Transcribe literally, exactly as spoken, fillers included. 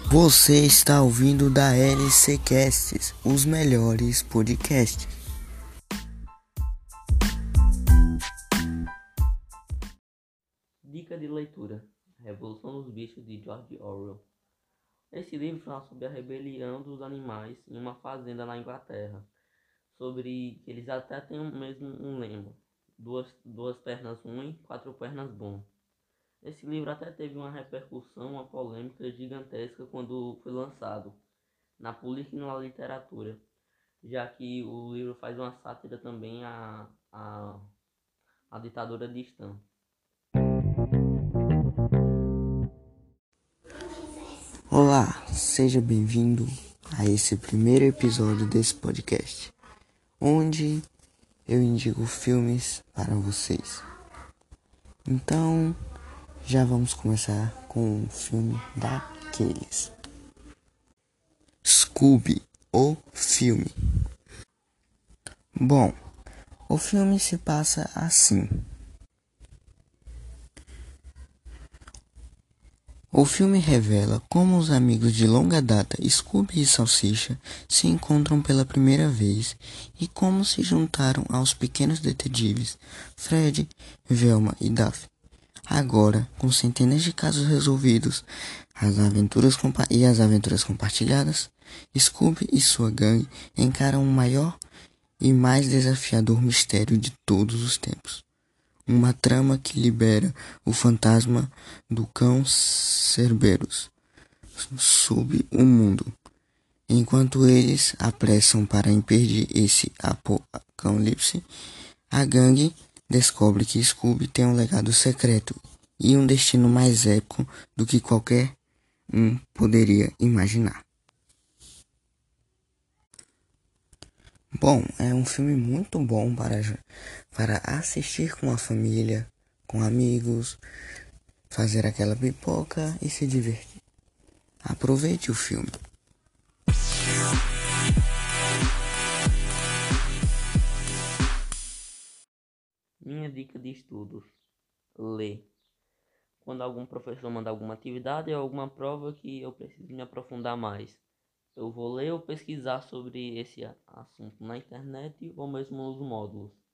Você está ouvindo da L C Casts, os melhores podcasts. Dica de leitura: Revolução dos Bichos, de George Orwell. Esse livro fala sobre a rebelião dos animais em uma fazenda na Inglaterra. Sobre que eles até têm um mesmo um lema: duas, duas pernas ruins, quatro pernas bom. Esse livro até teve uma repercussão, uma polêmica gigantesca quando foi lançado, na política e na literatura, já que o livro faz uma sátira também à, à, à ditadura de Stalin. Olá, seja bem-vindo a esse primeiro episódio desse podcast, onde eu indico filmes para vocês. Então, já vamos começar com um filme daqueles. Scooby, o filme. Bom, o filme se passa assim. O filme revela como os amigos de longa data Scooby e Salsicha se encontram pela primeira vez e como se juntaram aos pequenos detetives Fred, Velma e Daphne. Agora, com centenas de casos resolvidos as aventuras e as aventuras compartilhadas, Scooby e sua gangue encaram o maior e mais desafiador mistério de todos os tempos. Uma trama que libera o fantasma do cão Cerberus sob o mundo, enquanto eles apressam para impedir esse apocalipse. A gangue descobre que Scooby tem um legado secreto e um destino mais épico do que qualquer um poderia imaginar. Bom, é um filme muito bom para, para assistir com a família, com amigos, fazer aquela pipoca e se divertir. Aproveite o filme. Minha dica de estudos: ler. Quando algum professor manda alguma atividade ou alguma prova que eu preciso me aprofundar mais, eu vou ler ou pesquisar sobre esse assunto na internet ou mesmo nos módulos.